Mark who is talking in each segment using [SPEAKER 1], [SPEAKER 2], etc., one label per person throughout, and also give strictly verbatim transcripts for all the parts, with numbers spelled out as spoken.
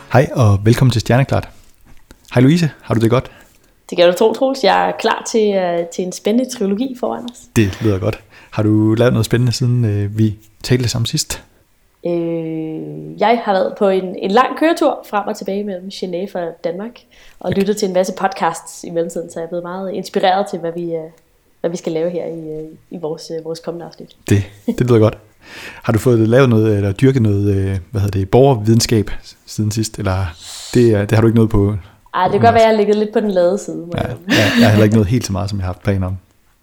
[SPEAKER 1] Hej og velkommen til Stjerneklart. Hej Louise, har du det godt?
[SPEAKER 2] Det kan du tro, Troels. Jeg er klar til, uh, til en spændende trilogi foran os.
[SPEAKER 1] Det lyder godt. Har du lavet noget spændende siden uh, vi talte sammen sidst?
[SPEAKER 2] Øh, jeg har været på en, en lang køretur frem og tilbage mellem Genève og Danmark og okay. lyttet til en masse podcasts i mellemtiden, så jeg er blevet meget inspireret til, hvad vi, uh, hvad vi skal lave her i, uh, i vores, uh, vores kommende afsnit.
[SPEAKER 1] Det, det lyder godt. Har du fået lavet noget, eller dyrket noget, hvad hedder det, borgervidenskab siden sidst, eller det, det har du ikke noget på?
[SPEAKER 2] Ej, det kan godt være, at jeg har ligget lidt på den lade side.
[SPEAKER 1] Ja, ja, jeg har heller ikke noget helt så meget, som jeg har haft planer om.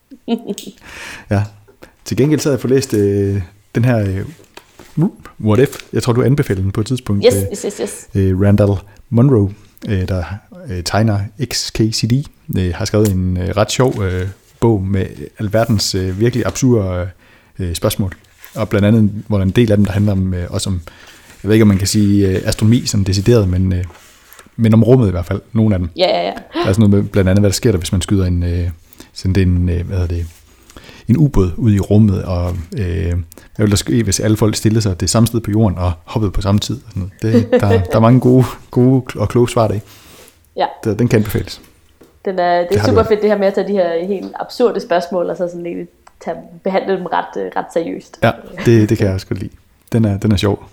[SPEAKER 1] Ja. Til gengæld så har jeg fået læst øh, den her øh, What If. Jeg tror, du anbefalede den på et tidspunkt.
[SPEAKER 2] Yes, yes, yes. yes.
[SPEAKER 1] Øh, Randall Munroe, øh, der øh, tegner X K C D, øh, har skrevet en øh, ret sjov øh, bog med alverdens øh, virkelig absurde øh, spørgsmål. Og blandt andet, hvor der er en del af dem, der handler om, øh, også om, jeg ved ikke, om man kan sige øh, astronomi som decideret, men... Øh, Men om rummet i hvert fald, nogle af dem.
[SPEAKER 2] Ja, ja, ja.
[SPEAKER 1] Der er sådan noget med, blandt andet, hvad der sker der, hvis man skyder en, øh, sådan en, øh, hvad hedder det, en ubåd ud i rummet, og øh, hvad vil der ske, hvis alle folk stillede sig det samme sted på jorden og hoppede på samme tid. Sådan det, der, der er mange gode, gode og kloge svar der.
[SPEAKER 2] Ja.
[SPEAKER 1] Det, den kan anbefales.
[SPEAKER 2] Den er, det er det super fedt det her med at tage de her helt absurde spørgsmål, og så sådan egentlig tage, behandle dem ret, ret seriøst.
[SPEAKER 1] Ja, det, det kan jeg også godt lide. Den er, den er sjov.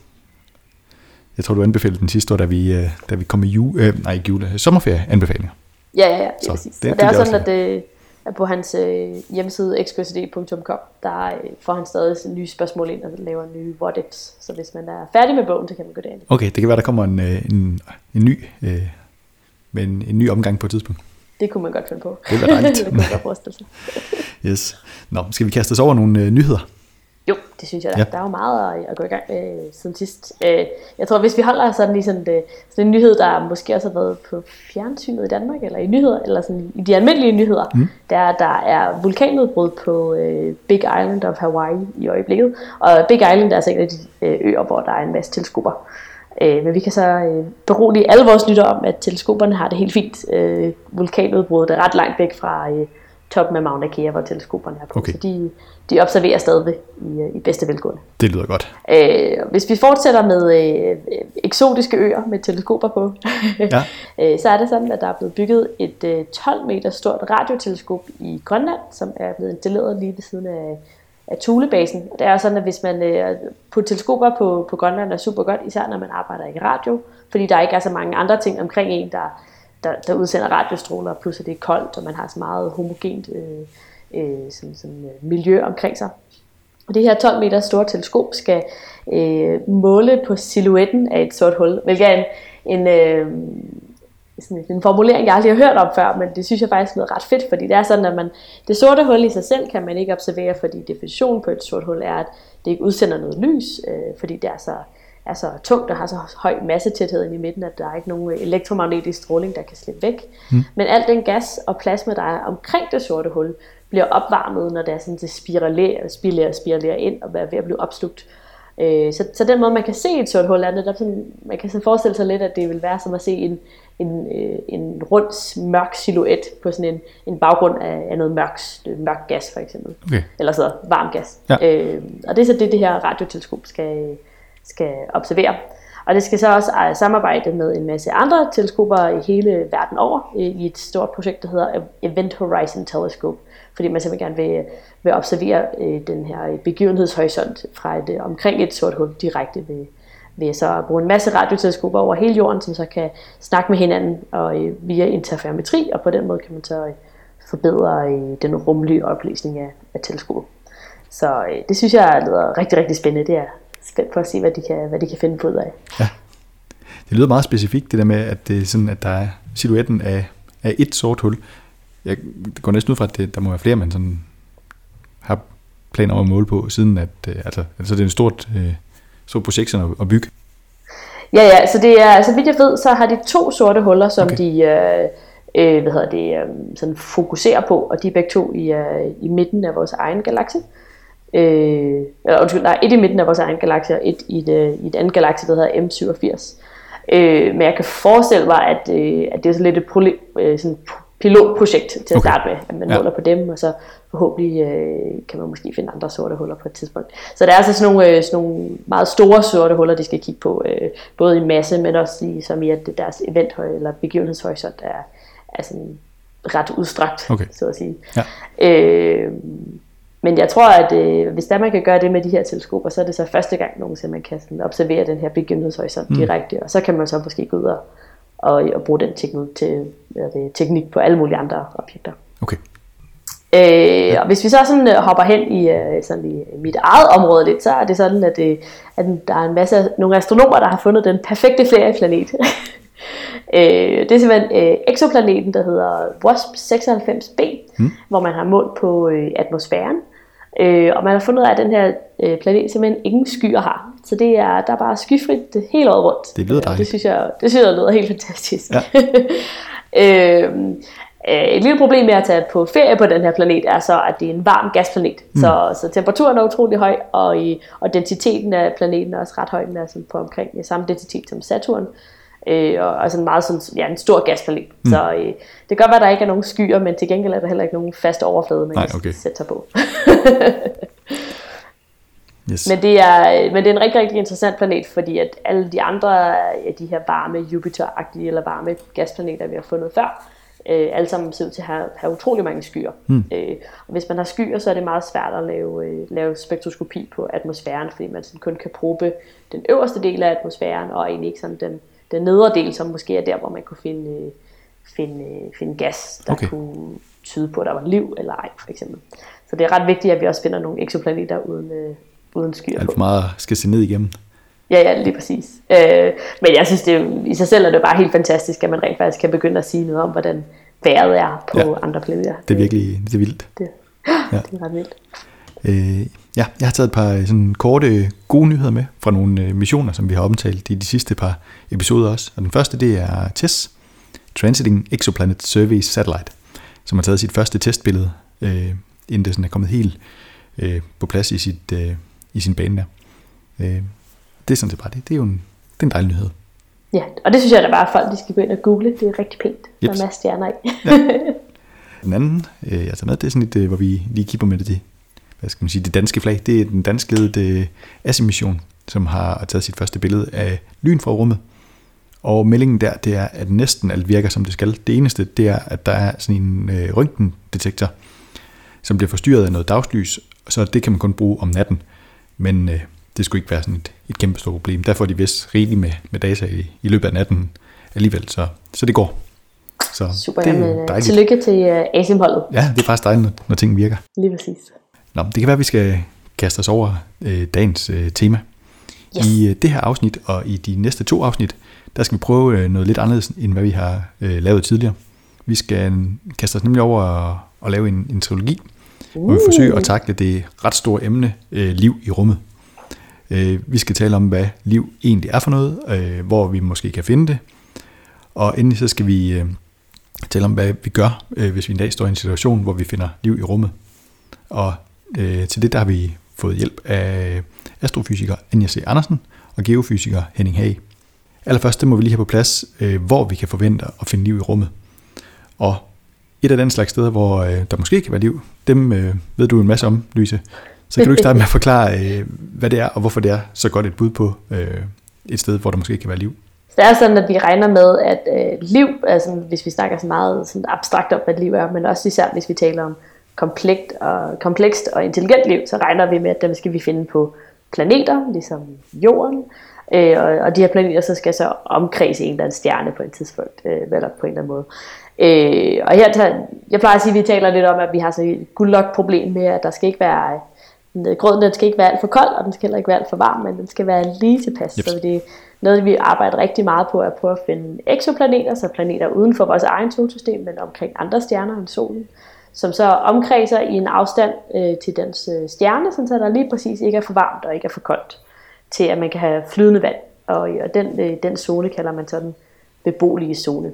[SPEAKER 1] Jeg tror, du anbefalede den sidste år, da vi, da vi kom i jule, øh, nej, jule, sommerferie anbefalinger.
[SPEAKER 2] Ja, ja, ja, det er præcis.
[SPEAKER 1] Det,
[SPEAKER 2] og det er, det er sådan, at det er på hans øh, hjemmeside x k c d punktum com, der øh, får han stadig nye spørgsmål ind og laver nye what ifs. Så hvis man er færdig med bogen, så kan man gå derind.
[SPEAKER 1] Okay, det kan være, der kommer en, en, en ny, øh, med en, en ny omgang på et tidspunkt.
[SPEAKER 2] Det kunne man godt finde på.
[SPEAKER 1] Det var dejligt.
[SPEAKER 2] Det kunne man godt forestille sig.
[SPEAKER 1] Yes. Nå, skal vi kaste os over nogle øh, nyheder?
[SPEAKER 2] Jo, det synes jeg da.
[SPEAKER 1] Ja.
[SPEAKER 2] Der er jo meget at, at gå i gang med øh, siden sidst. Øh, jeg tror, hvis vi holder sådan i sådan, det, sådan en nyhed, der måske også har været på fjernsynet i Danmark, eller i nyheder, eller sådan i de almindelige nyheder, mm. der, der er vulkanudbrud på øh, Big Island of Hawaii i øjeblikket. Og Big Island er altså en af de øh, øer, hvor der er en masse teleskoper. Øh, men vi kan så øh, berolige alle vores lyttere om, at teleskoperne har det helt fint. Øh, vulkanudbruddet er ret langt væk fra... Øh, toppen af Mauna Kea, hvor teleskoperne er på. Okay. Så de, de observerer stadig i, i bedste velgående.
[SPEAKER 1] Det lyder godt.
[SPEAKER 2] Øh, hvis vi fortsætter med øh, eksotiske øer med teleskoper på, ja. øh, så er det sådan, at der er blevet bygget et øh, tolv meter stort radioteleskop i Grønland, som er blevet installeret lige ved siden af, af Thulebasen. Det er sådan, at hvis man øh, putter teleskoper på, på Grønland er super godt, især når man arbejder i radio, fordi der ikke er så mange andre ting omkring en, der Der, der udsender radiostråler, plus at det er koldt, og man har så meget homogent øh, øh, sådan, sådan, øh, miljø omkring sig. Og det her tolv meter store teleskop skal øh, måle på silhuetten af et sort hul, hvilket er en, en, øh, sådan en formulering, jeg aldrig har hørt om før, men det synes jeg faktisk er ret fedt, fordi det er sådan, at man, det sorte hul i sig selv kan man ikke observere, fordi definitionen på et sort hul er, at det ikke udsender noget lys, øh, fordi det er så... er så tungt og har så høj massetæthed i midten, at der er ikke nogen elektromagnetisk stråling, der kan slippe væk. Mm. Men al den gas og plasma, der er omkring det sorte hul, bliver opvarmet, når det er sådan, det spiraler, spiraler, spiraler ind og er ved at blive opslugt. Så, så den måde, man kan se et sort hul, er netop sådan, man kan så forestille sig lidt, at det vil være som at se en, en, en rund, mørk silhuet på sådan en, en baggrund af, af noget mørk, mørk gas, for eksempel. Okay. Eller så varm gas. Ja. Øh, og det er så det, det her radioteleskop skal... skal observere. Og det skal så også samarbejde med en masse andre teleskoper i hele verden over i et stort projekt, der hedder Event Horizon Telescope, fordi man simpelthen gerne vil, vil observere den her begivenhedshorisont fra et, omkring et sort hul direkte ved, ved så at bruge en masse radioteleskoper over hele jorden, som så kan snakke med hinanden og via interferometri, og på den måde kan man så forbedre den rumlige opløsning af, af teleskopet. Så det synes jeg lyder rigtig, rigtig spændende. Det er spændt på at se, hvad de kan, hvad de kan finde på ud af.
[SPEAKER 1] Ja, det lyder meget specifikt, det der med, at det er sådan, at der er silhuetten af, af et sort hul. Jeg går næsten ud fra, at det, der må være flere, man sådan har planer om at måle på, siden at, altså, altså det er en stort, øh, stort projekt sådan at, at bygge.
[SPEAKER 2] Ja, ja, så det er, så vidt jeg ved, så har de to sorte huller, som okay. de øh, øh, hvad hedder det, øh, sådan fokuserer på, og de er begge to i, øh, i midten af vores egen galakse. Øh, eller undskyld, der er et i midten af vores egen galakse, og et i et, i et andet galakse, der hedder M syvogfirs. Øh, men jeg kan forestille mig, at, øh, at det er så lidt et problem, øh, sådan pilotprojekt til at
[SPEAKER 1] okay.
[SPEAKER 2] starte med, at man ja. måler på dem, og så forhåbentlig øh, kan man måske finde andre sorte huller på et tidspunkt. Så der er altså sådan nogle, øh, sådan nogle meget store sorte huller, de skal kigge på, øh, både i masse, men også i, som i at deres eventhøj eller begivenhedshorisont er, er sådan ret udstrakt, okay. så at sige. Ja. Øh, men jeg tror, at øh, hvis der man kan gøre det med de her teleskoper, så er det så første gang nogensinde, man kan sådan observere den her begivenhedshorisont mm. direkte, og så kan man så måske gå ud og, og, og bruge den teknik, til, det, teknik på alle mulige andre objekter.
[SPEAKER 1] Okay.
[SPEAKER 2] Øh, ja. Og hvis vi så sådan uh, hopper hen i, uh, sådan i mit eget område lidt, så er det sådan, at, uh, at der er en masse nogle astronomer, der har fundet den perfekte ferieplanet. øh, det er simpelthen uh, exoplaneten, der hedder WASP seksoghalvfems b, hmm. hvor man har målt på uh, atmosfæren. Øh, og man har fundet ud af, at den her øh, planet simpelthen ingen skyer har. Så det er, der er bare skyfrit det hele året rundt.
[SPEAKER 1] Det lyder dejligt.
[SPEAKER 2] Det synes jeg, det synes jeg lyder helt fantastisk. Ja. øh, et lille problem med at tage på ferie på den her planet er så, at det er en varm gasplanet. Mm. Så, så temperaturen er utrolig høj, og, i, og densiteten af planeten er også ret høj. Den er sådan på omkring samme densitet som Saturn. Øh, og, og sådan meget sådan, ja, en stor gasplanet. Mm. Så øh, det kan godt være, at der ikke er nogen skyer, men til gengæld er der heller ikke nogen fast overflade, man Nej, okay. kan sætte sig på. yes. men, det er, men det er en rigtig, rigtig interessant planet, fordi at alle de andre af de her varme Jupiter-agtige eller varme gasplaneter, vi har fundet før, øh, alle sammen ser ud til at have, have utrolig mange skyer. Mm. Øh, og hvis man har skyer, så er det meget svært at lave, øh, lave spektroskopi på atmosfæren, fordi man kun kan probe den øverste del af atmosfæren, og egentlig ikke sådan den den nedre del, som måske er der, hvor man kunne finde, finde, finde gas, der okay. kunne tyde på, at der var liv eller ej, for eksempel. Så det er ret vigtigt, at vi også finder nogle eksoplaneter uden, øh, uden skyer på.
[SPEAKER 1] Alt for meget skal se ned igennem.
[SPEAKER 2] Ja, ja, lige præcis. Øh, men jeg synes, det er, i sig selv er det bare helt fantastisk, at man rent faktisk kan begynde at sige noget om, hvordan vejret er på ja. andre planeter.
[SPEAKER 1] Det er virkelig det er vildt.
[SPEAKER 2] Det, ja. det er ret vildt.
[SPEAKER 1] Øh, ja, jeg har taget et par sådan korte, gode nyheder med fra nogle øh, missioner, som vi har omtalt i de sidste par episoder også. Og den første, det er T E S, Transiting Exoplanet Survey Satellite, som har taget sit første testbillede, øh, inden det sådan er kommet helt øh, på plads i, sit, øh, i sin bane der. Øh, det er sådan set bare det. Det er jo en, det er en dejlig nyhed.
[SPEAKER 2] Ja, og det synes jeg da bare, at folk de skal gå ind og google. Det er rigtig pænt. Der er masser stjerner i. Ja.
[SPEAKER 1] Den anden, øh, jeg tager med, det er sådan lidt, øh, hvor vi lige kigger med det til. Hvad skal man sige, det danske flag, det er den danskledede A S I M-mission, som har taget sit første billede af lyn fra rummet. Og meldingen der, det er, at næsten alt virker, som det skal. Det eneste, det er, at der er sådan en øh, røntgendetektor, som bliver forstyrret af noget dagslys, så det kan man kun bruge om natten. Men øh, det skulle ikke være sådan et, et kæmpe stort problem. Der får de vist rigeligt med, med data i, i løbet af natten alligevel, så, så det går. Så
[SPEAKER 2] super, det er dejligt. Tillykke til uh, A S I M-holdet.
[SPEAKER 1] Ja, det er faktisk dejligt, når, når ting virker.
[SPEAKER 2] Lige præcis.
[SPEAKER 1] Nå, det kan være, at vi skal kaste os over øh, dagens øh, tema. Yes. I øh, det her afsnit og i de næste to afsnit, der skal vi prøve øh, noget lidt anderledes, end hvad vi har øh, lavet tidligere. Vi skal kaste os nemlig over at, at lave en, en trilogi, uh. hvor vi forsøger at tackle det ret store emne, øh, liv i rummet. Øh, vi skal tale om, hvad liv egentlig er for noget, øh, hvor vi måske kan finde det. Og endelig så skal vi øh, tale om, hvad vi gør, øh, hvis vi en dag står i en situation, hvor vi finder liv i rummet. Og øh, til det der har vi fået hjælp af astrofysiker Anja C. Andersen og geofysiker Henning Hage. Allerførst det må vi lige have på plads, øh, hvor vi kan forvente at finde liv i rummet. Og et af den slags steder, hvor øh, der måske kan være liv, dem øh, ved du en masse om, Louise. Så kan du ikke starte med at forklare, øh, hvad det er, og hvorfor det er så godt et bud på øh, et sted, hvor der måske kan være liv.
[SPEAKER 2] Det er sådan, at vi regner med, at øh, liv, altså hvis vi snakker så meget sådan abstrakt om, hvad liv er, men også især hvis vi taler om komplekst og, komplekst og intelligent liv, så regner vi med, at dem skal vi finde på planeter, ligesom Jorden. Øh, og, og de her planeter så skal så omkredse en eller anden stjerne på et tidspunkt, øh, eller på en eller anden måde. Øh, og her, tager, jeg plejer at sige, at vi taler lidt om, at vi har så et guldlok-problem med, at der skal ikke være, grøden den skal ikke være alt for kold, og den skal heller ikke være alt for varm, men den skal være lige tilpas. Yep. Så det er noget, vi arbejder rigtig meget på, at prøve at finde eksoplaneter, så planeter uden for vores egen solsystem, men omkring andre stjerner end solen, som så omkredser i en afstand øh, til dens øh, stjerne, så der lige præcis ikke er for varmt og ikke er for koldt, til at man kan have flydende vand. Og, og den, øh, den zone kalder man så den beboelige zone.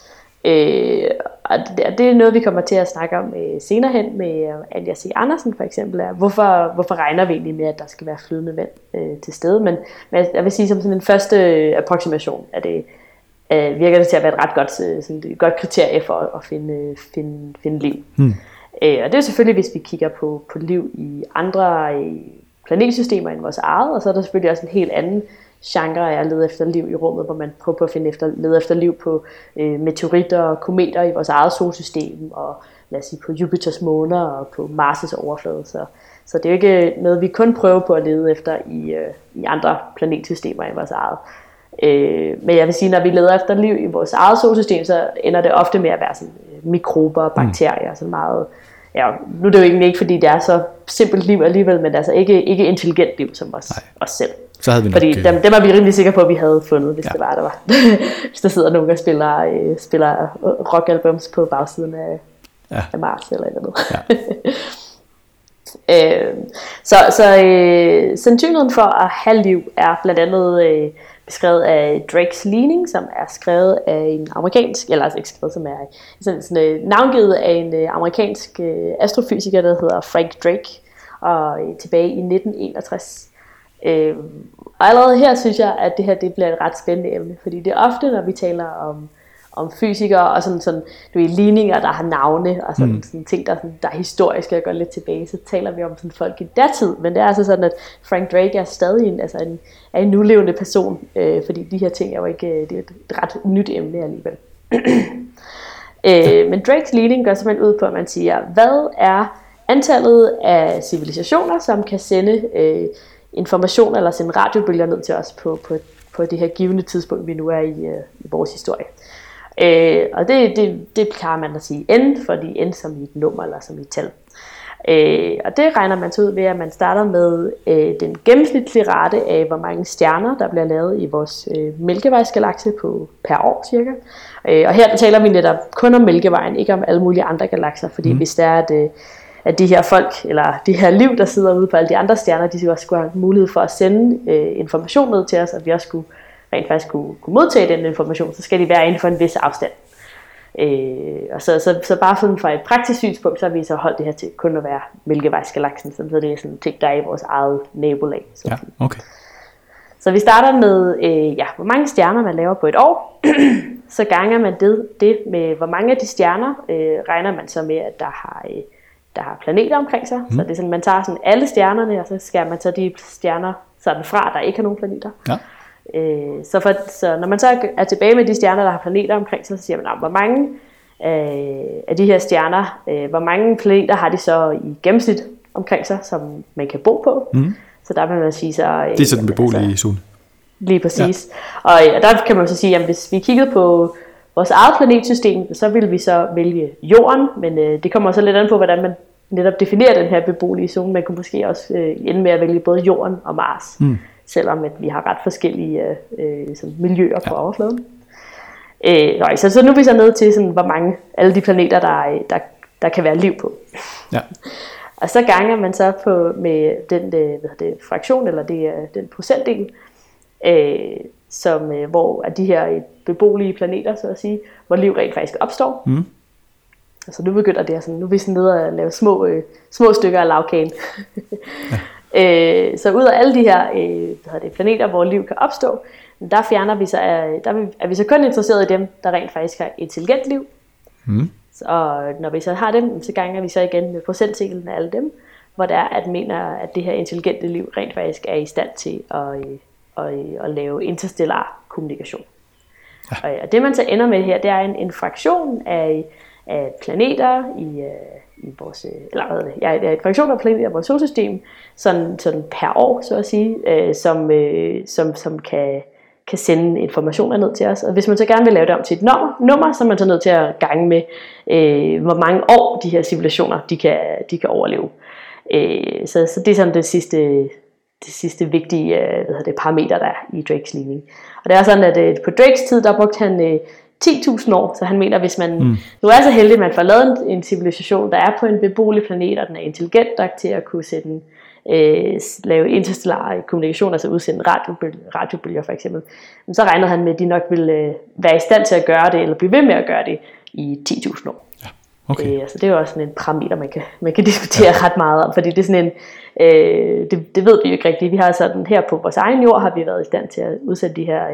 [SPEAKER 2] Øh, og det, det er noget, vi kommer til at snakke om øh, senere hen med øh, Anja C. Andersen for eksempel. Er, hvorfor, hvorfor regner vi egentlig med, at der skal være flydende vand øh, til stede? Men, men jeg vil sige, som sådan en første øh, approximation, at det øh, virker det til at være et ret godt, sådan et godt kriterie for at finde, finde, finde liv. Hmm. Øh, og det er selvfølgelig, hvis vi kigger på, på liv i andre øh, planetsystemer end vores eget, og så er der selvfølgelig også en helt anden genre af at lede efter liv i rummet, hvor man prøver på at finde efter, lede efter liv på øh, meteoritter og kometer i vores eget solsystem, og lad os sige på Jupiters måner og på Mars' overflade. Så, så det er jo ikke noget, vi kun prøver på at lede efter i, øh, i andre planetsystemer end vores eget. Øh, men jeg vil sige, når vi leder efter liv i vores eget solsystem, så ender det ofte med at være sådan, øh, mikrober, bakterier, mm. sådan meget. Ja, nu er det jo egentlig ikke, fordi det er så simpelt liv alligevel, men altså ikke, ikke intelligent liv som os, os selv.
[SPEAKER 1] Så havde vi nok,
[SPEAKER 2] fordi dem, dem var vi rimelig sikre på, at vi havde fundet, hvis ja. det var, der var. Hvis der sidder nogen, der spiller, øh, spiller rockalbums på bagsiden af, ja. af Mars eller noget. Ja. øh, så så øh, sandsynligheden for at have liv er blandt andet øh, beskrevet af Drake's Leaning, som er skrevet af en amerikansk, eller altså ikke skrevet, som er sådan, sådan, uh, navngivet af en uh, amerikansk uh, astrofysiker, der hedder Frank Drake, og uh, tilbage i nitten enogtres. Uh, og allerede her synes jeg, at det her det bliver et ret spændende emne, fordi det er ofte, når vi taler om, om fysikere og sådan, sådan du ved, ligninger, der har navne, og sådan, mm. sådan ting, der, sådan, der er historiske og går lidt tilbage, så taler vi om sådan folk i datid, men det er altså sådan, at Frank Drake er stadig en, altså en, er en nulevende person, øh, fordi de her ting er jo ikke, det er et ret nyt emne alligevel. øh, men Drake's Leaning går simpelthen ud på, at man siger, hvad er antallet af civilisationer, som kan sende øh, information eller sende radiobølger ned til os på, på, på det her givende tidspunkt, vi nu er i, øh, i vores historie. Øh, og det, det, det kan man at sige n, fordi n som i et nummer eller som i et tal. Øh, og det regner man så ud ved, at man starter med øh, den gennemsnitlige rate af, hvor mange stjerner, der bliver lavet i vores øh, Mælkevejsgalakse på per år cirka. Øh, og her taler vi netop kun om Mælkevejen, ikke om alle mulige andre galakser, fordi mm. hvis det er, at, øh, at de her folk, eller de her liv, der sidder ude på alle de andre stjerner, de også skulle have mulighed for at sende øh, information ned til os, og vi også skulle rent faktisk kunne, kunne modtage den information, så skal de være inden for en vis afstand. Øh, og så, så, så bare sådan fra et praktisk synspunkt, så har vi så holdt det her til kun at være Mælkevejsgalaksen, så det er sådan ting, der er i vores eget nabolag. Så,
[SPEAKER 1] ja, okay.
[SPEAKER 2] så vi starter med, øh, ja, hvor mange stjerner man laver på et år, så ganger man det, det med, hvor mange af de stjerner øh, regner man så med, at der har, øh, der har planeter omkring sig. Mm. Så det er sådan, man tager sådan alle stjernerne, og så skal man tage de stjerner sådan fra, der ikke har nogen planeter. Ja. Øh, så, for, så når man så er tilbage med de stjerner, der har planeter omkring sig, så siger man, hvor mange øh, af de her stjerner, øh, hvor mange planeter har de så i gennemsnit omkring sig, som man kan bo på. Mm. Så der vil man sige så... Øh,
[SPEAKER 1] det er så den beboelige altså, zone.
[SPEAKER 2] Lige præcis. Ja. Og, og der kan man så sige, at hvis vi kiggede på vores eget planetsystem, så ville vi så vælge jorden, men øh, det kommer så lidt an på, hvordan man netop definerer den her beboelige zone. Man kunne måske også øh, ende med at vælge både jorden og Mars. Mm. Selvom at vi har ret forskellige øh, sådan miljøer på ja. overfladen. Øh, nej, så, så nu er vi så nede til, sådan, hvor mange alle de planeter, der, der, der kan være liv på. Ja. Og så ganger man så på med den hvad det, fraktion, eller det, den procentdel, øh, som, øh, hvor er de her beboelige planeter, så at sige, hvor liv rent faktisk opstår. Mm. Så nu begynder det sådan, nu er vi sådan nede at lave små, øh, små stykker af lavkagen. Ja. Øh, så ud af alle de her øh, hvad det, planeter, hvor liv kan opstå, der fjerner vi så, der er vi så kun interesseret i dem, der rent faktisk har intelligent liv. Mm. Og når vi så har dem, så ganger vi så igen med procentdelen af alle dem, hvor det er, at mener, at det her intelligente liv rent faktisk er i stand til at, at, at, at lave interstellar kommunikation. Ja. Og det man så ender med her, det er en, en fraktion af, af planeter i i vores, eller hvad det, ja, det er en fraktion af planeter i vores solsystem, sådan, sådan per år, så at sige, øh, som, øh, som, som kan, kan sende informationer ned til os. Og hvis man så gerne vil lave det om til et nummer, nummer så er man så nødt til at gange med, øh, hvor mange år de her civilisationer, de kan, de kan overleve. Øh, så, så det er sådan det sidste, det sidste vigtige øh, hvad hedder det, parameter, der er i Drake's ligning. Og det er sådan, at øh, på Drakes tid, der brugte han øh, ti tusind år, så han mener, hvis man mm. nu er så heldig, at man får lavet en, en civilisation, der er på en beboelig planet, og den er intelligent nok til at kunne sætte en, øh, lave interstellar kommunikation, altså udsende radiobølger, radiobølger for eksempel, men så regnede han med, at de nok ville øh, være i stand til at gøre det, eller blive ved med at gøre det i ti tusind år. Ja. Okay. Øh, altså det er jo også sådan en parameter, man kan, man kan diskutere ja. ret meget om, fordi det er sådan en, øh, det, det ved vi jo ikke rigtigt. Vi har sådan her på vores egen jord, har vi været i stand til at udsætte de her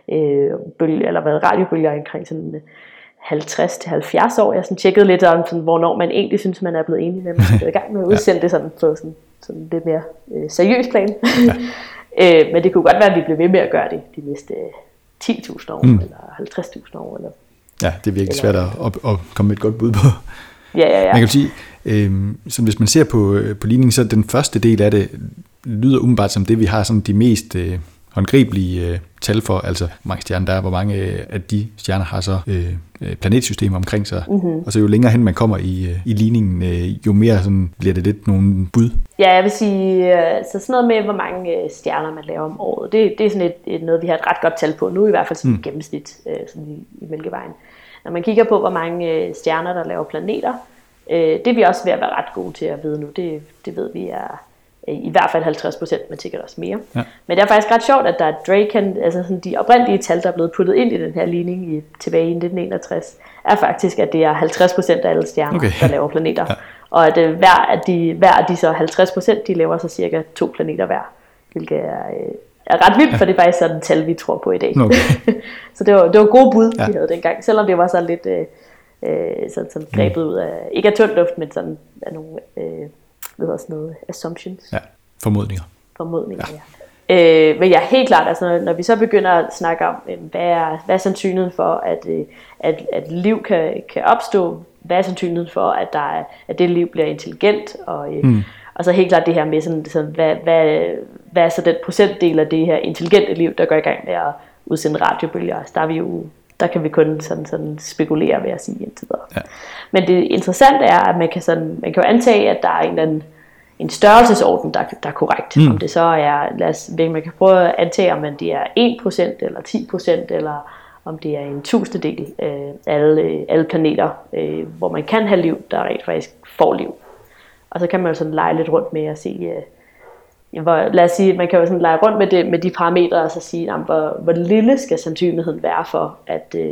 [SPEAKER 2] øh, bølge, eller hvad, radiobølger omkring sådan halvtreds til halvfjerds år. Jeg sådan tjekkede lidt om, sådan, hvornår man egentlig synes, man er blevet enig med, at man skal i gang med at udsende det sådan, på sådan, sådan lidt mere øh, seriøs plan. Ja. øh, men det kunne godt være, at vi blev ved med at gøre det de næste ti tusind år, mm. eller halvtreds tusind år. Eller,
[SPEAKER 1] ja, det er virkelig svært at, at, at komme med et godt bud på.
[SPEAKER 2] Ja, ja, ja.
[SPEAKER 1] Man kan sige, øh, så hvis man ser på, på ligningen, så den første del af det lyder umiddelbart som det, vi har sådan de mest øh, håndgribelige øh, tal for, altså hvor mange stjerner der er, hvor mange øh, af de stjerner har så øh, planetsystemer omkring sig, mm-hmm. og så jo længere hen man kommer i, øh, i ligningen, øh, jo mere sådan bliver det lidt nogle bud.
[SPEAKER 2] Ja, jeg vil sige, øh, så sådan noget med, hvor mange øh, stjerner man laver om året, det, det er sådan et, et, noget, vi har et ret godt tal på nu, i hvert fald som mm. gennemsnit øh, sådan i, i Mælkevejen. Når man kigger på, hvor mange øh, stjerner, der laver planeter, øh, det er vi også ved at være ret gode til at vide nu. Det, det ved vi er øh, i hvert fald halvtreds procent, men sikkert også mere. Ja. Men det er faktisk ret sjovt, at der er Draken, altså sådan de oprindelige tal, der er blevet puttet ind i den her ligning i, tilbage i nitten enogtres, er faktisk, at det er halvtreds procent af alle stjerner, okay. der laver planeter. Ja. Og at øh, hver, af de, hver af de så halvtreds procent, de laver så cirka to planeter hver, hvilket er... Øh, er ret vildt, for det er faktisk sådan et tal, vi tror på i dag. Okay. Så det var, det var gode bud, ja. Vi havde dengang, selvom det var så lidt øh, sådan, sådan grebet ud af, ikke af tynd luft, men sådan af nogle, øh, hvad hedder sådan noget, assumptions.
[SPEAKER 1] Ja, formodninger.
[SPEAKER 2] Formodninger, ja. ja. Øh, men ja, helt klart, altså når vi så begynder at snakke om, hvad er, hvad er sandsynligheden for, at, at, at liv kan, kan opstå, hvad er sandsynligheden for, at, der er, at det liv bliver intelligent, og mm. Og så helt klart det her med, sådan, sådan, hvad, hvad, hvad er så den procentdel af det her intelligente liv, der går i gang med at udsende radiobølger. Altså, der, er vi jo, der kan vi kun sådan, sådan spekulere ved at sige indtil videre. Ja. Men det interessante er, at man kan, sådan, man kan jo antage, at der er en eller anden en størrelsesorden, der, der er korrekt. Mm. Om det så er, lad os, man kan prøve at antage, om det er en procent eller ti procent, eller om det er en tusindedel af alle, alle planeter, øh, hvor man kan have liv, der rent faktisk får liv. Og så kan man jo sådan lege lidt rundt med at sige, øh, hvor, lad os sige, man kan jo sådan lege rundt med, det, med de parametre, og så sige, jamen, hvor, hvor lille skal sandsynligheden være for, at, øh,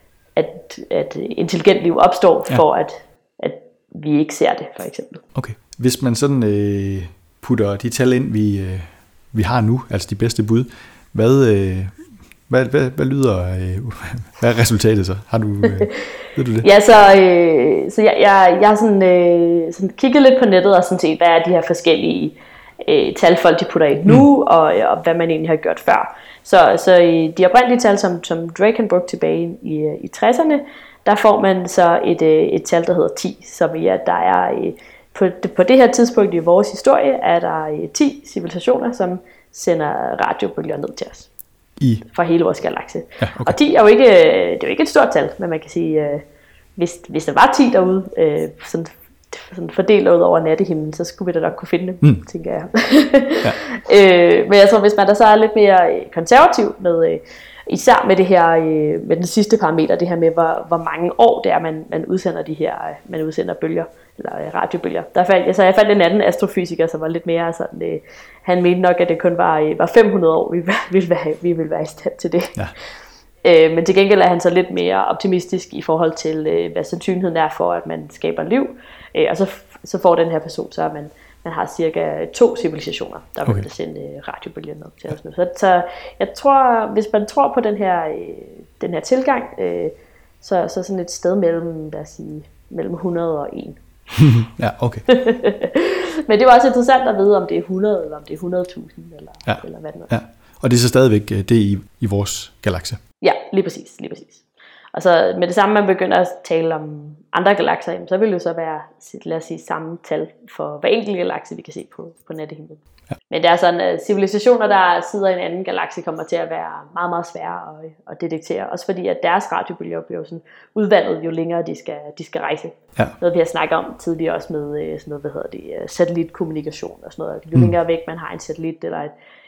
[SPEAKER 2] at, at intelligent liv opstår, ja. For at, at vi ikke ser det, for eksempel. Okay.
[SPEAKER 1] Hvis man sådan øh, putter de tal ind, vi, øh, vi har nu, altså de bedste bud, hvad... Øh, Hvad, hvad, hvad lyder, øh, hvad er resultatet så? Har du, øh, ved du det?
[SPEAKER 2] Ja, så, øh, så jeg, jeg, jeg har sådan, øh, sådan kigget lidt på nettet og sådan set, hvad er de her forskellige øh, tal, folk de putter ind nu, mm. og, og hvad man egentlig har gjort før. Så, så i de oprindelige tal, som, som Draken brugte tilbage i, i tresserne, der får man så et, et tal, der hedder ti, som i at der er, på, på det her tidspunkt i vores historie, er der ti civilisationer, som sender radiobølger ned til os. I? Fra hele vores galakse. Ja, okay. Og ti er jo ikke, det er jo ikke et stort tal, men man kan sige, hvis, hvis der var ti derude, sådan, sådan fordelt ud over nattehimlen, så skulle vi da nok kunne finde dem, mm. tænker jeg. Ja. øh, men jeg tror, hvis man der så er lidt mere konservativ med, især med det her, med den sidste parameter, det her med, hvor, hvor mange år det er, man, man udsender de her, man udsender bølger, eller radiobølger. Der faldt, altså jeg fandt en anden astrofysiker, som var lidt mere sådan, det, han mente nok, at det kun var, var fem hundrede år, vi ville være, vi ville være i stand til det. Ja. Øh, men til gengæld er han så lidt mere optimistisk i forhold til, øh, hvad sandsynligheden er for, at man skaber liv. Øh, og så, så får den her person, så man, man har cirka to civilisationer, der okay. vil sende øh, radiobølger ned til os nu. Så, så jeg tror, hvis man tror på den her, øh, den her tilgang, øh, så, så sådan et sted mellem, lad os sige, mellem hundrede og en.
[SPEAKER 1] Ja, okay.
[SPEAKER 2] Men det var også interessant at vide, om det er hundrede, eller om det er hundrede tusind, eller,
[SPEAKER 1] ja.
[SPEAKER 2] eller hvad det er.
[SPEAKER 1] Ja. Og det er så stadigvæk det i, i vores galakse.
[SPEAKER 2] Ja, lige præcis, lige præcis. Og så med det samme, man begynder at tale om andre galakser, så vil det jo så være, lad os sige, samme tal for hver enkelt galakse, vi kan se på, på nattehimlen. Ja. Men det er sådan, at civilisationer, der sidder i en anden galakse, kommer til at være meget, meget svære at, at detektere. Også fordi, at deres radiobølger bliver sådan udvandet, jo længere de skal, de skal rejse. Ja. Noget vi har snakket om tidligere også med sådan noget, hvad hedder det, satellitkommunikation og sådan noget. Jo længere mm. væk man har en satellit eller et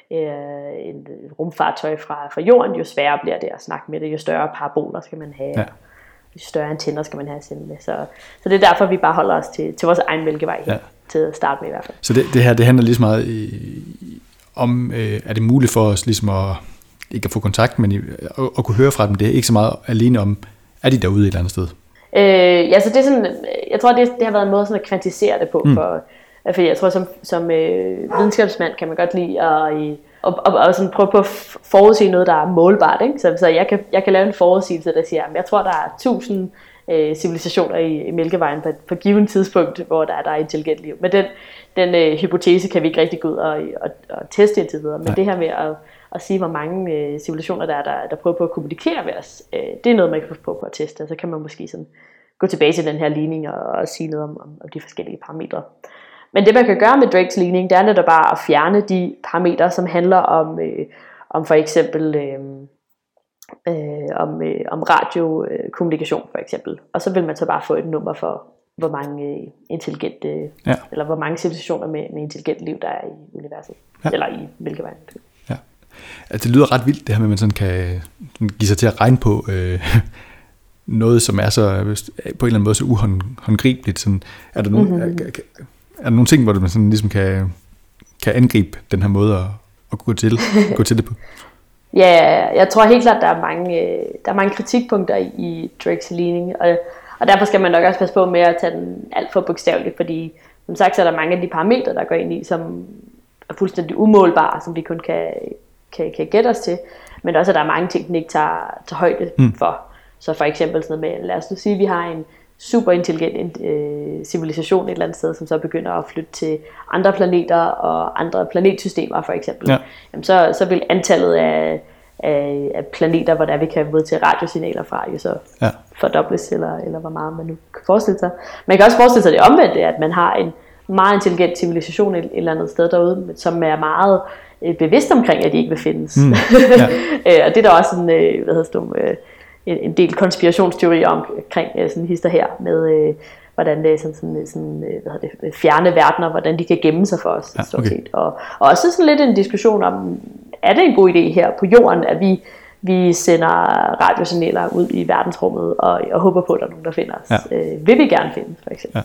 [SPEAKER 2] Øh, en rumfartøj fra, fra jorden, jo sværere bliver det at snakke med det, jo større paraboler skal man have, ja. Jo større antenner skal man have at sende med. Så, så det er derfor, vi bare holder os til, til vores egen mælkevej, ja. Til at starte med i hvert fald.
[SPEAKER 1] Så det, det her, det handler lige så meget øh, om, øh, er det muligt for os ligesom at, ikke at få kontakt, men at, at kunne høre fra dem, det er ikke så meget alene om, er de derude et eller andet sted?
[SPEAKER 2] Øh, ja, så det er sådan, jeg tror, det, det har været en måde sådan at kvantisere det på, mm. for fordi jeg tror, som, som øh, videnskabsmand kan man godt lide at, og, og, og sådan prøve på at forudse noget, der er målbart. Ikke? Så, så jeg, kan, jeg kan lave en forudsigelse, der siger, at jeg tror, der er tusind øh, civilisationer i, i Mælkevejen på, på et givet tidspunkt, hvor der er, der er intelligent liv. Men den, den øh, hypotese kan vi ikke rigtig gå ud og, og, og teste indtil videre. Men Nej. det her med at, at sige, hvor mange øh, civilisationer der er, der, der prøver på at kommunikere med os, øh, det er noget, man kan prøve på at teste. Og så kan man måske sådan gå tilbage til den her ligning og, og sige noget om, om, om de forskellige parametre. Men det man kan gøre med Drakes ligning, det er netop bare at fjerne de parametre, som handler om, øh, om for eksempel øh, øh, om, øh, om radiokommunikation for eksempel. Og så vil man så bare få et nummer for, hvor mange øh, intelligente, ja. eller hvor mange civilisationer med, med intelligent liv, der er i universet. Ja. Eller i Mælkevejen.
[SPEAKER 1] Ja. Altså, det lyder ret vildt, det her med, at man sådan kan give sig til at regne på øh, noget, som er så på en eller anden måde så uhåndgribeligt. Sådan, er der nogen... Mm-hmm. Er, Er der nogle ting, hvor man sådan ligesom kan, kan angribe den her måde at, at gå, til, gå til det på?
[SPEAKER 2] Ja, jeg tror helt klart, der er mange, der er mange kritikpunkter i Drakes ligning, og, og derfor skal man nok også passe på med at tage den alt for bogstaveligt, fordi som sagt, så er der mange af de parametre, der går ind i, som er fuldstændig umålbare, som vi kun kan, kan, kan gætte os til, men også, at der er mange ting, den ikke tager, tager højde mm. for. Så for eksempel sådan noget med, lad os nu sige, at vi har en super intelligent øh, civilisation et eller andet sted, som så begynder at flytte til andre planeter og andre planetsystemer for eksempel. Ja. Jamen, så, så vil antallet af, af, af planeter, hvor der vi kan modtage radiosignaler fra, jo så ja. fordobles, eller, eller hvor meget man nu kan forestille sig. Man kan også forestille sig det omvendte, at man har en meget intelligent civilisation et, et eller andet sted derude, som er meget øh, bevidst omkring, at de ikke vil findes. Mm. Ja. Og det er der også en, øh, hvad hedder det, en del konspirationsteorier omkring sådan hister her med øh, hvordan det er sådan, sådan, sådan hvad hedder det, fjerne verdener, hvordan de kan gemme sig for os, ja, okay. set. Og, og også sådan lidt en diskussion om, er det en god idé her på jorden, at vi vi sender radiosignaler ud i verdensrummet og, og håber på, at der er nogen, der finder os. Ja. Øh, vil vi gerne finde, for eksempel.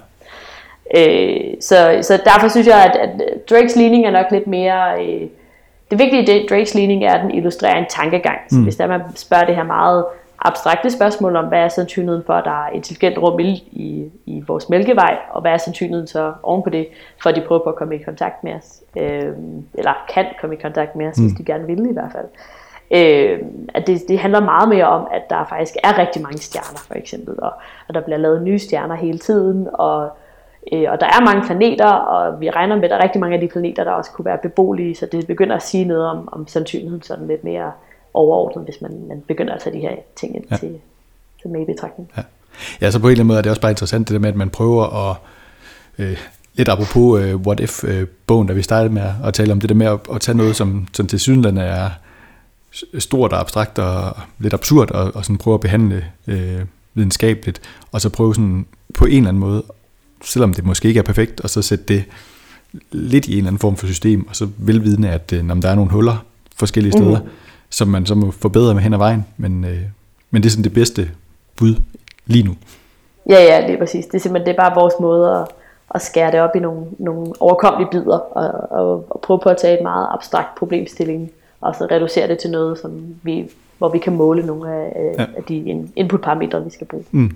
[SPEAKER 2] Ja. Øh, så, så derfor synes jeg, at, at Drakes ligning er nok lidt mere øh, det vigtige i det, Drakes ligning er, at den illustrerer en tankegang. Så mm. hvis der man spørger det her meget abstrakte spørgsmål om, hvad er sandsynligheden for, at der er intelligent rum i, i, i vores Mælkevej, og hvad er sandsynligheden så oven på det, for at de prøver på at komme i kontakt med os, øh, eller kan komme i kontakt med os, mm. hvis de gerne vil i hvert fald. Øh, at det, det handler meget mere om, at der faktisk er rigtig mange stjerner, for eksempel, og, og der bliver lavet nye stjerner hele tiden, og, øh, og der er mange planeter, og vi regner med, at der er rigtig mange af de planeter, der også kunne være beboelige, så det begynder at sige noget om, om sandsynligheden sådan lidt mere overordnet, hvis man, man begynder at tage de her ting ind ja. til, til med i betragtning. Ja.
[SPEAKER 1] ja, så på en eller anden måde er det også bare interessant, det der med, at man prøver at, øh, lidt apropos øh, What If-bogen, øh, der vi startede med at tale om det der med at, at tage noget, som, som til sydenlande er stort og abstrakt og lidt absurd, og, og sådan prøve at behandle øh, videnskabeligt, og så prøve sådan på en eller anden måde, selvom det måske ikke er perfekt, og så sætte det lidt i en eller anden form for system, og så velvidende, at øh, når der er nogle huller forskellige steder, mm. som man så må forbedre med hen ad vejen, men, øh, men det er sådan det bedste bud lige nu.
[SPEAKER 2] Ja, ja, det er præcis. Det er simpelthen det er bare vores måde at, at skære det op i nogle, nogle overkommelige bidder, og, og, og prøve på at tage et meget abstrakt problemstilling, og så reducere det til noget, som vi, hvor vi kan måle nogle af, ja. af de input-parametre, vi skal bruge. Mm.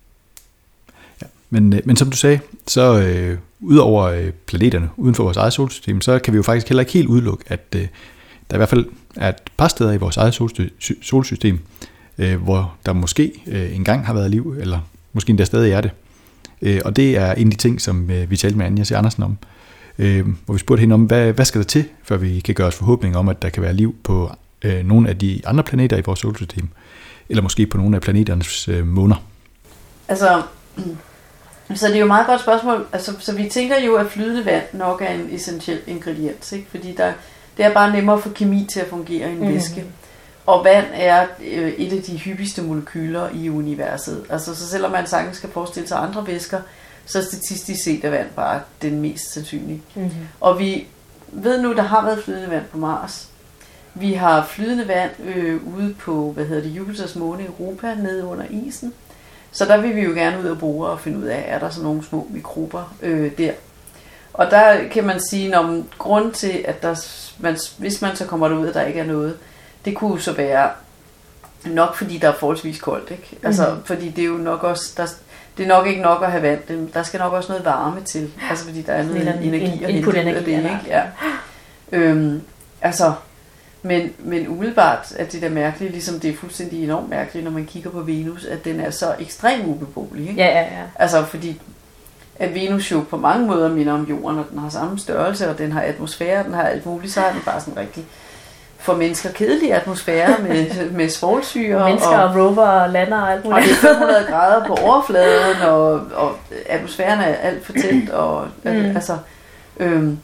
[SPEAKER 1] Ja, men, men som du sagde, så øh, ud over øh, planeterne uden for vores eget solsystem, så kan vi jo faktisk heller ikke helt udelukke, at øh, der i hvert fald er et par steder i vores eget solsystem, øh, hvor der måske øh, engang har været liv, eller måske endda stadig er det. Øh, og det er en af de ting, som øh, vi talte med Anja C. Andersen om, øh, hvor vi spurgte hende om, hvad, hvad skal der til, før vi kan gøre os forhåbninger om, at der kan være liv på øh, nogle af de andre planeter i vores solsystem, eller måske på nogle af planeternes øh, måner.
[SPEAKER 3] Altså, så det er jo et meget godt spørgsmål. Altså, så vi tænker jo, at flydende vand nok er en essentiel ingrediens, ikke? Fordi der, det er bare nemmere for kemi til at fungere i en mm. væske. Og vand er øh, et af de hyppigste molekyler i universet. Altså, så selvom man sagtens skal forestille sig andre væsker, så statistisk set er vand bare den mest sandsynlige. Mm-hmm. Og vi ved nu, der har været flydende vand på Mars. Vi har flydende vand øh, ude på, hvad hedder det, Jupiters måne Europa, nede under isen. Så der vil vi jo gerne ud og bore og finde ud af, er der sådan nogle små mikrober øh, der. Og der kan man sige, om grund til, at der, man, hvis man så kommer derud, at der ikke er noget, det kunne så være nok, fordi der er forholdsvis koldt, ikke? Altså, mm-hmm. fordi det er jo nok også, der, det er nok ikke nok at have vand, det, der skal nok også noget varme til, altså fordi der er noget energi og hente ud af det, ikke? Ja. Øhm, altså, Men, men umiddelbart er det da mærkeligt, ligesom det er fuldstændig enormt mærkeligt, når man kigger på Venus, at den er så ekstremt ubeboelig. Ikke?
[SPEAKER 2] Ja, ja, ja.
[SPEAKER 3] Altså fordi at Venus jo på mange måder minder om Jorden, og den har samme størrelse, og den har atmosfære, den har alt muligt, så har den bare sådan en rigtig for mennesker kedelig atmosfære med, med svovlsyre.
[SPEAKER 2] Mennesker og, og rover og lander og alt muligt.
[SPEAKER 3] Og det er fem hundrede grader på overfladen, og, og atmosfæren er alt for tæt, og mm. altså... Øhm,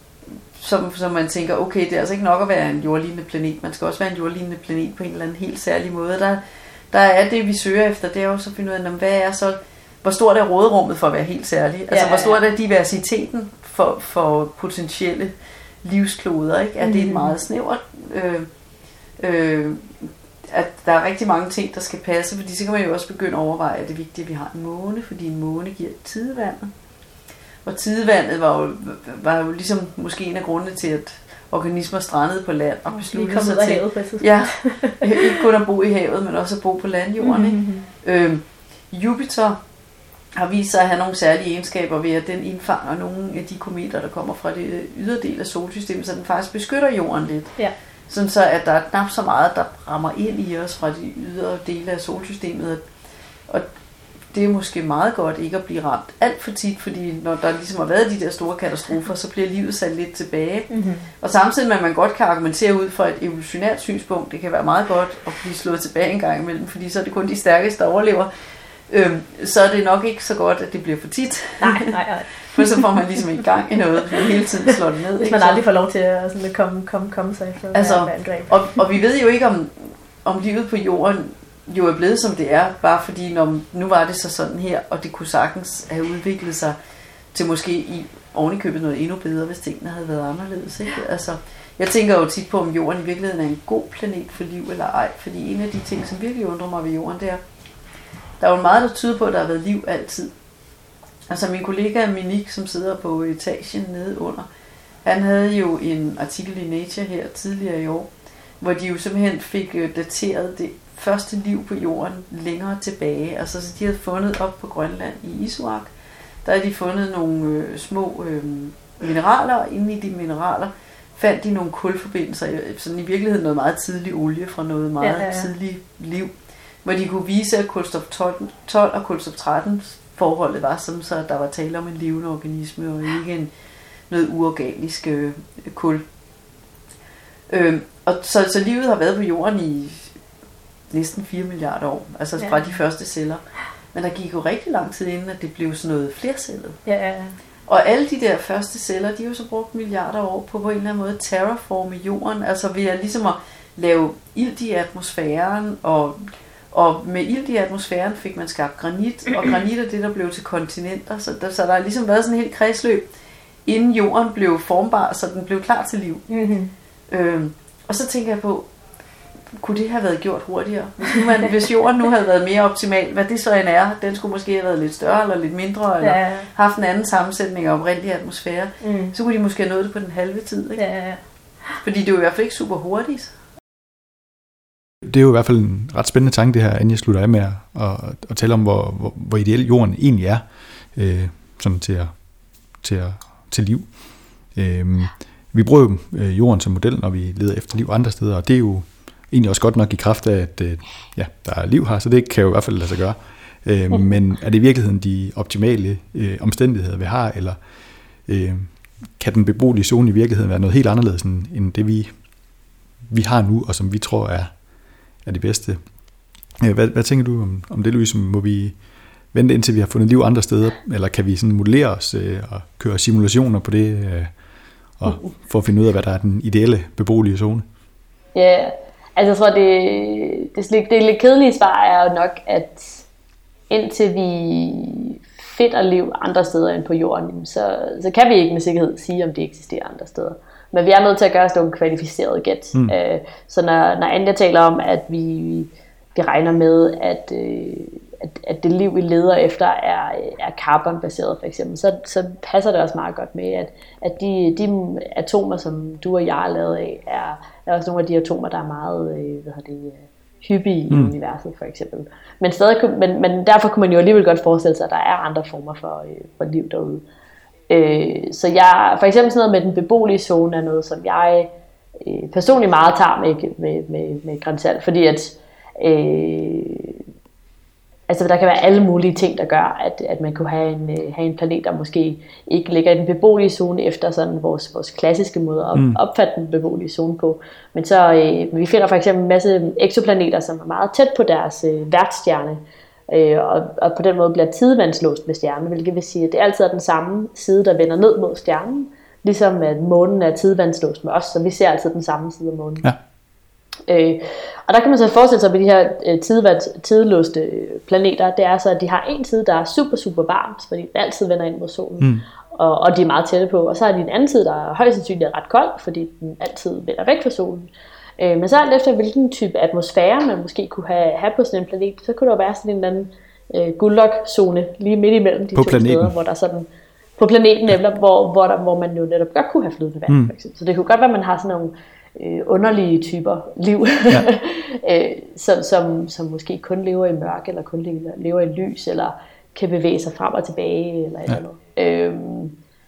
[SPEAKER 3] Som, som man tænker, okay, det er altså ikke nok at være en jordlignende planet. Man skal også være en jordlignende planet på en eller anden helt særlig måde. Der, der er det, vi søger efter, det er jo så at finde ud af, hvad er så, hvor stort er råderummet for at være helt særlig? Altså, ja, hvor stor er diversiteten for, for potentielle livskloder? Ikke? Er det et meget snævert? Øh, øh, at der er rigtig mange ting, der skal passe, fordi så kan man jo også begynde at overveje, at det er vigtigt, at vi har en måne, fordi en måne giver tidevandet. Og tidevandet var jo, var jo ligesom måske en af grundene til, at organismer strandede på land og besluttede sig til, havet, ja, ikke kun at bo i havet, men også at bo på landjorden. Mm-hmm. Øhm, Jupiter har vist sig at have nogle særlige egenskaber ved, at den indfanger nogle af de kometer, der kommer fra det yderdel af solsystemet, så den faktisk beskytter jorden lidt. Ja. Sådan så, at der er knap så meget, der rammer ind i os fra de ydre dele af solsystemet. Og det er måske meget godt ikke at blive ramt alt for tit, fordi når der ligesom har været de der store katastrofer, så bliver livet sat lidt tilbage. Mm-hmm. Og samtidig med, at man godt kan argumentere ud fra et evolutionært synspunkt, det kan være meget godt at blive slået tilbage en gang imellem, fordi så er det kun de stærkeste, der overlever. Øhm, så er det nok ikke så godt, at det bliver for tit.
[SPEAKER 2] Nej, nej, nej.
[SPEAKER 3] For så får man ligesom i gang i noget, og hele tiden slår det ned.
[SPEAKER 2] Hvis man
[SPEAKER 3] ikke?
[SPEAKER 2] aldrig får lov til at sådan, komme, komme, komme sig efter
[SPEAKER 3] altså, angreb. Og, og vi ved jo ikke, om, om livet på jorden jo er blevet som det er, bare fordi når, nu var det så sådan her, og det kunne sagtens have udviklet sig til måske i ovenikøbet noget endnu bedre, hvis tingene havde været anderledes. Ikke? Altså, jeg tænker jo tit på, om jorden i virkeligheden er en god planet for liv eller ej, fordi en af de ting, som virkelig undrer mig ved jorden, det er, der er jo meget, der tyder på, at der har været liv altid. Altså min kollega Minik, som sidder på etagen nede under, han havde jo en artikel i Nature her tidligere i år, hvor de jo simpelthen fik dateret det første liv på jorden længere tilbage. Altså så de havde fundet op på Grønland i Isuak, der havde de fundet nogle øh, små øh, mineraler, og inde i de mineraler fandt de nogle kulforbindelser, sådan i virkeligheden noget meget tidlig olie fra noget meget ja, ja, ja. tidligt liv, hvor de kunne vise, at kulstof tolv og kulstof tretten forholdet var sådan, så der var tale om en levende organisme og ikke en, noget uorganisk øh, kul. Øh, og så, så livet har været på jorden i næsten fire milliarder år, altså ja. fra de første celler. Men der gik jo rigtig lang tid inden, at det blev sådan noget flercellet. Ja, ja, ja. Og alle de der første celler, de har jo så brugt milliarder år på på en eller anden måde terraforme jorden, altså ved at ligesom at lave ilt i atmosfæren, og, og med ilt i atmosfæren fik man skabt granit, og granit er det, der blev til kontinenter, så der, så der har ligesom været sådan et helt kredsløb, inden jorden blev formbar, så den blev klar til liv. Mm-hmm. Øhm, og så tænker jeg på, kunne det have været gjort hurtigere? Hvis, nu man, hvis jorden nu havde været mere optimal, hvad det så end er, den skulle måske have været lidt større eller lidt mindre, eller ja. haft en anden sammensætning af oprindelig atmosfære, mm. så kunne de måske have nået det på den halve tid. Ikke? Ja, ja. Fordi det er jo i hvert fald ikke super hurtigt.
[SPEAKER 1] Det er jo i hvert fald en ret spændende tanke, det her, inden jeg slutter af med at, at, at tale om, hvor, hvor, hvor ideel jorden egentlig er, øh, sådan til, at, til, at, til liv. Øh, vi bruger jo øh, jorden som model, når vi leder efter liv andre steder, og det er jo egentlig også godt nok i kraft af, at øh, ja, der er liv her, så det kan jo i hvert fald lade sig gøre. Øh, mm. Men er det i virkeligheden de optimale øh, omstændigheder, vi har, eller øh, kan den beboelige zone i virkeligheden være noget helt anderledes end, end det, vi, vi har nu, og som vi tror er, er det bedste? Øh, hvad, hvad tænker du om, om det, Louise? Må vi vente indtil vi har fundet liv andre steder, eller kan vi sådan modellere os øh, og køre simulationer på det, øh, og mm. for at finde ud af, hvad der er den ideelle beboelige zone?
[SPEAKER 2] Ja, yeah. Altså jeg tror, det, det, det, det lidt kedelige svar er jo nok, at indtil vi finder liv andre steder end på jorden, så, så kan vi ikke med sikkerhed sige, om det eksisterer andre steder. Men vi er nødt til at gøre os nogle kvalificerede gæt. Mm. Øh, så når, når Anja taler om, at vi, vi regner med, at, øh, at, at det liv, vi leder efter, er, er carbonbaseret for eksempel, så, så passer det også meget godt med, at, at de, de atomer, som du og jeg er lavet af, er, er også nogle af de atomer, der er meget øh, hvad hedder det, hyppige mm. i universet for eksempel. Men, stadig, men, men derfor kunne man jo alligevel godt forestille sig, at der er andre former for, øh, for liv derude. Øh, så jeg, for eksempel sådan noget med den beboelige zone er noget, som jeg øh, personligt meget tager med, med, med, med Grænsalt, fordi at øh, altså der kan være alle mulige ting, der gør, at, at man kunne have en, øh, have en planet, der måske ikke ligger i den beboelige zone efter sådan vores, vores klassiske måde at mm. opfatte den beboelige zone på. Men så øh, vi finder for eksempel en masse eksoplaneter, som er meget tæt på deres øh, værtsstjerne, øh, og, og på den måde bliver tidevandslåst med stjernen, hvilket vil sige, at det altid er den samme side, der vender ned mod stjernen, ligesom at månen er tidevandslåst med os, så vi ser altid den samme side af månen. Ja. Øh, og der kan man så forestille sig, at de her øh, tidlåste planeter, det er så, at de har en side, der er super, super varmt, fordi den altid vender ind mod solen, mm. og, og de er meget tætte på, og så har de en anden side, der er højst sandsynligt ret kold, fordi den altid vender væk fra solen. Øh, men så alt efter, hvilken type atmosfære man måske kunne have, have på sådan en planet, så kunne der være sådan en eller anden øh, guldlok-zone lige midt imellem de
[SPEAKER 1] på
[SPEAKER 2] to
[SPEAKER 1] planeten.
[SPEAKER 2] Steder, hvor der sådan på planeten, eller hvor, hvor, der, hvor man jo netop godt kunne have flydende vand, mm. for eksempel. Så det kunne godt være, at man har sådan nogle øh, underlige typer liv, ja. øh, som, som, som måske kun lever i mørke, eller kun lever, lever i lys, eller kan bevæge sig frem og tilbage, eller et ja. eller andet. Øhm,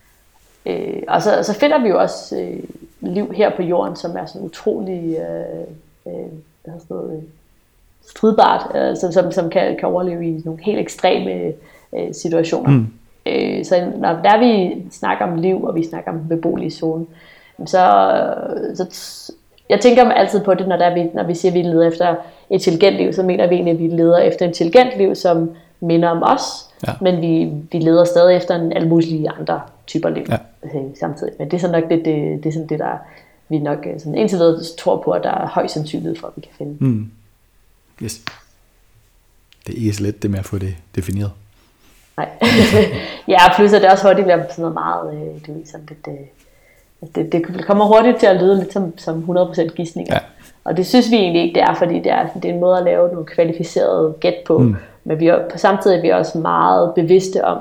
[SPEAKER 2] øh, og så, så finder vi jo også øh, liv her på jorden, som er sådan utrolig øh, øh, hvad hedder sådan noget, stridbart, øh, som, som, som kan, kan overleve i nogle helt ekstreme øh, situationer. Mm. Så når der vi snakker om liv, og vi snakker om beboelig zone, så, så jeg tænker altid på det, når, der vi, når vi siger, at vi leder efter et intelligent liv, så mener vi egentlig, at vi leder efter et intelligent liv, som minder om os, ja. men vi, vi leder stadig efter en alle mulige andre typer liv ja. samtidig. Men det er sådan nok det, det, det, er sådan det der vi nok sådan indtil videre tror på, at der er højst sandsynlighed for, at vi kan finde.
[SPEAKER 1] Mm. Yes. Det er ikke så let det med at få det defineret.
[SPEAKER 2] Nej. Ja, plus er det også hurtigt bliver sådan noget meget, øh, det, sådan lidt, øh, det, det kommer hurtigt til at lyde lidt som, som hundrede procent gidsninger. Ja. Og det synes vi egentlig ikke, det er, fordi det er, det er en måde at lave nogle kvalificerede gæt på. Mm. Men vi er, på samtidig er vi også meget bevidste om,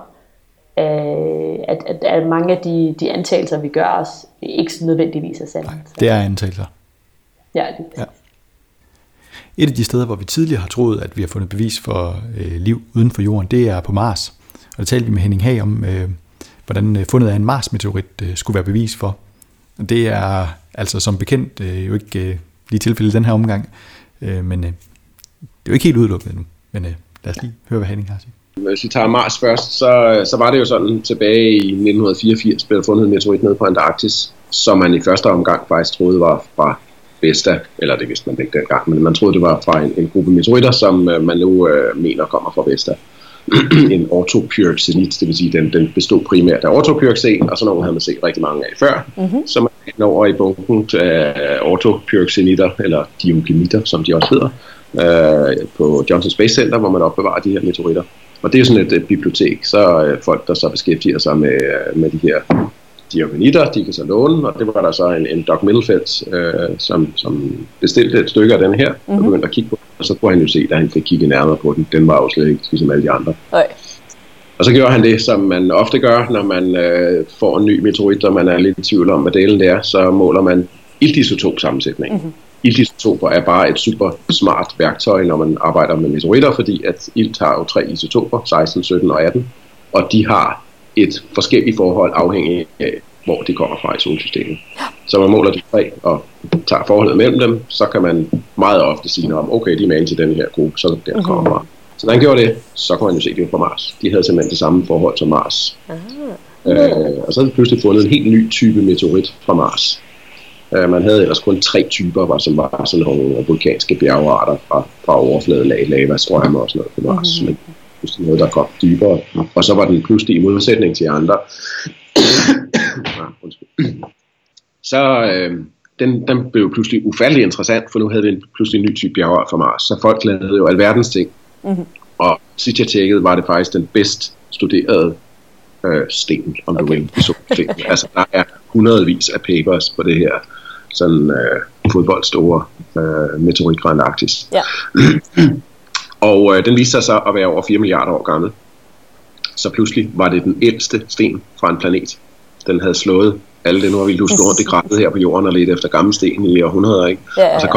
[SPEAKER 2] øh, at, at, at mange af de, de antagelser, vi gør os, ikke nødvendigvis er sande.
[SPEAKER 1] Nej, det er antagelser.
[SPEAKER 2] Ja, det er. Ja.
[SPEAKER 1] Et af de steder, hvor vi tidligere har troet, at vi har fundet bevis for øh, liv uden for jorden, det er på Mars. Og der talte vi med Henning Hag om, øh, hvordan øh, fundet af en Mars-meteorit øh, skulle være bevis for. Og det er altså som bekendt øh, jo ikke øh, lige tilfældet i den her omgang, øh, men øh, det er jo ikke helt udelukket endnu. Men øh, lad os lige høre, hvad Henning har at sige.
[SPEAKER 4] Hvis vi tager Mars først, så, så var det jo sådan, tilbage i nitten fireogfirs blev der fundet en meteorit nede på Antarktis, som man i første omgang faktisk troede var fra Vesta, eller det vidste man ikke dengang, men man troede, det var fra en, en gruppe meteoritter, som øh, man nu øh, mener kommer fra Vesta. En ortopyroxenit, det vil sige, den, den bestod primært af ortopyroxen, og så nogle havde man set rigtig mange af før. Mm-hmm. Så man er over i bunken af ortopyroxenitter, eller diogenitter, som de også hedder, øh, på Johnson Space Center, hvor man opbevarer de her meteoritter. Og det er jo sådan et, et bibliotek, så øh, folk, der så beskæftiger sig med, med de her diogenitter, de kan så låne, og det var der så en, en Doug Middlefeldt, øh, som, som bestilte et stykke af den her, mm-hmm. og begyndte at kigge på, og så kunne han jo se, da han fik kigge nærmere på den, den var jo slet ikke ligesom alle de andre. Okay. Og så gjorde han det, som man ofte gør, når man øh, får en ny meteorit, og man er lidt i tvivl om, hvad delen det er, så måler man iltisotop-sammensætning. Mm-hmm. Iltisotoper er bare et super smart værktøj, når man arbejder med meteoritter, fordi at ilt har jo tre isotoper, seksten, sytten og atten, og de har et forskelligt forhold afhængig af, hvor de kommer fra i solsystemet. Så man måler de tre og tager forholdet mellem dem, så kan man meget ofte sige noget om, okay, de er med til den her gruppe, så der kommer fra. Så når han gjorde det, så kunne man jo se det på Mars. De havde simpelthen det samme forhold som Mars. Øh, og så havde de pludselig fundet en helt ny type meteorit fra Mars. Øh, man havde ellers kun tre typer, som var sådan nogle vulkanske bjergearter fra, fra overfladelag, lavastrømme og sådan noget på Mars. Men noget, der kom dybere, og så var den pludselig i modsætning til andre. så øh, den, den blev pludselig ufattelig interessant, for nu havde vi en pludselig en ny type bjergart fra Mars, så folk lavede jo alverdens ting. Mm-hmm. Og sidst jeg tjekkede, var det faktisk den bedst studerede øh, sten, om okay. du vil. Altså der er hundredvis af papers på det her sådan øh, fodboldstore øh, meteorit fra Antarktis. Ja. Og øh, den viste sig så at være over fire milliarder år gammel. Så pludselig var det den ældste sten fra en planet. Den havde slået alle det, nu har vi lusket rundt i krattet her på jorden og lidt efter gamle sten i århundreder, ikke? Ja, ja, ja. Og så kommer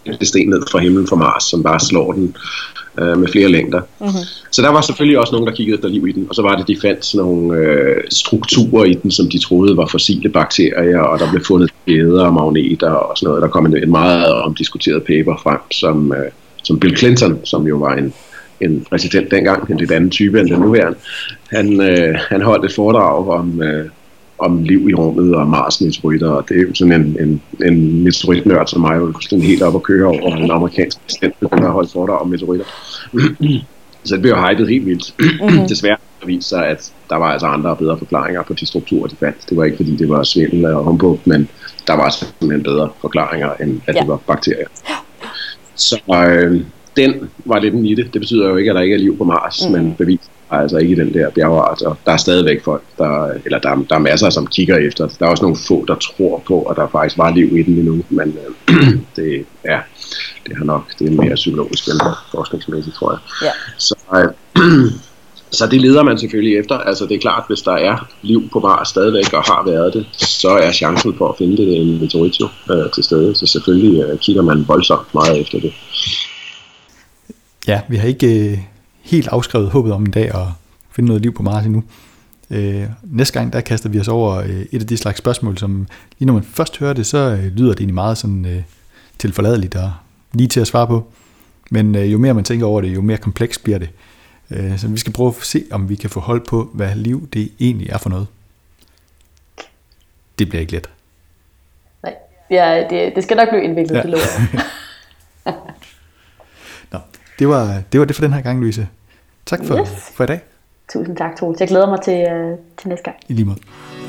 [SPEAKER 4] det sten ned fra himlen fra Mars, som bare slår den øh, med flere længder. Mm-hmm. Så der var selvfølgelig også nogen, der kiggede efter liv i den, og så var det, de fandt sådan nogle øh, strukturer i den, som de troede var fossile bakterier, og der blev fundet kæder og magneter og sådan noget. Der kom en, en meget omdiskuteret paper frem, som, øh, som Bill Clinton, som jo var en, en præsident dengang, en lidt anden type end den nuværende, han, øh, han holdt et foredrag om... Øh, om liv i rummet og Mars-meteoritter, og det er jo sådan en, en, en meteoritnørd som mig, jo fuldstændig helt op at køre over en amerikansk præsident, der har holdt foredrag om meteoritter. Så det blev jo hypet helt vildt. Mm-hmm. Desværre viste sig, at der var altså andre og bedre forklaringer på de strukturer, de fandt. Det var ikke fordi, det var svindel og humbug, men der var simpelthen bedre forklaringer, end at ja. det var bakterier. Så øh, den var lidt en i det. Det betyder jo ikke, at der ikke er liv på Mars, mm. men bevis altså ikke i den der bjergart, og der er stadigvæk folk, der, eller der, der er masser, som kigger efter. Der er også nogle få, der tror på, at der faktisk var liv i den endnu, men øh, det, ja, det har nok, det er mere psykologisk end forskningsmæssigt, tror jeg. Ja. Så, øh, så det leder man selvfølgelig efter. Altså det er klart, hvis der er liv på Mars stadigvæk, og har været det, så er chancen for at finde det en meteorit jo øh, til stede, så selvfølgelig øh, kigger man voldsomt meget efter det.
[SPEAKER 1] Ja, vi har ikke... Øh helt afskrevet håbet om en dag at finde noget liv på Mars endnu. Øh, næste gang, der kaster vi os over øh, et af de slags spørgsmål, som lige når man først hører det, så øh, lyder det egentlig meget sådan øh, tilforladeligt og lige til at svare på. Men øh, jo mere man tænker over det, jo mere komplekst bliver det. Øh, så vi skal prøve at se, om vi kan få hold på, hvad liv det egentlig er for noget. Det bliver ikke let.
[SPEAKER 2] Nej, ja, det, det skal nok blive indviklet, ja. Det lover.
[SPEAKER 1] Nå. Det var, det var det for den her gang, Louise. Tak for, yes. for i dag.
[SPEAKER 2] Tusind tak, Troels. Jeg glæder mig til, uh, til næste gang.
[SPEAKER 1] I lige måde.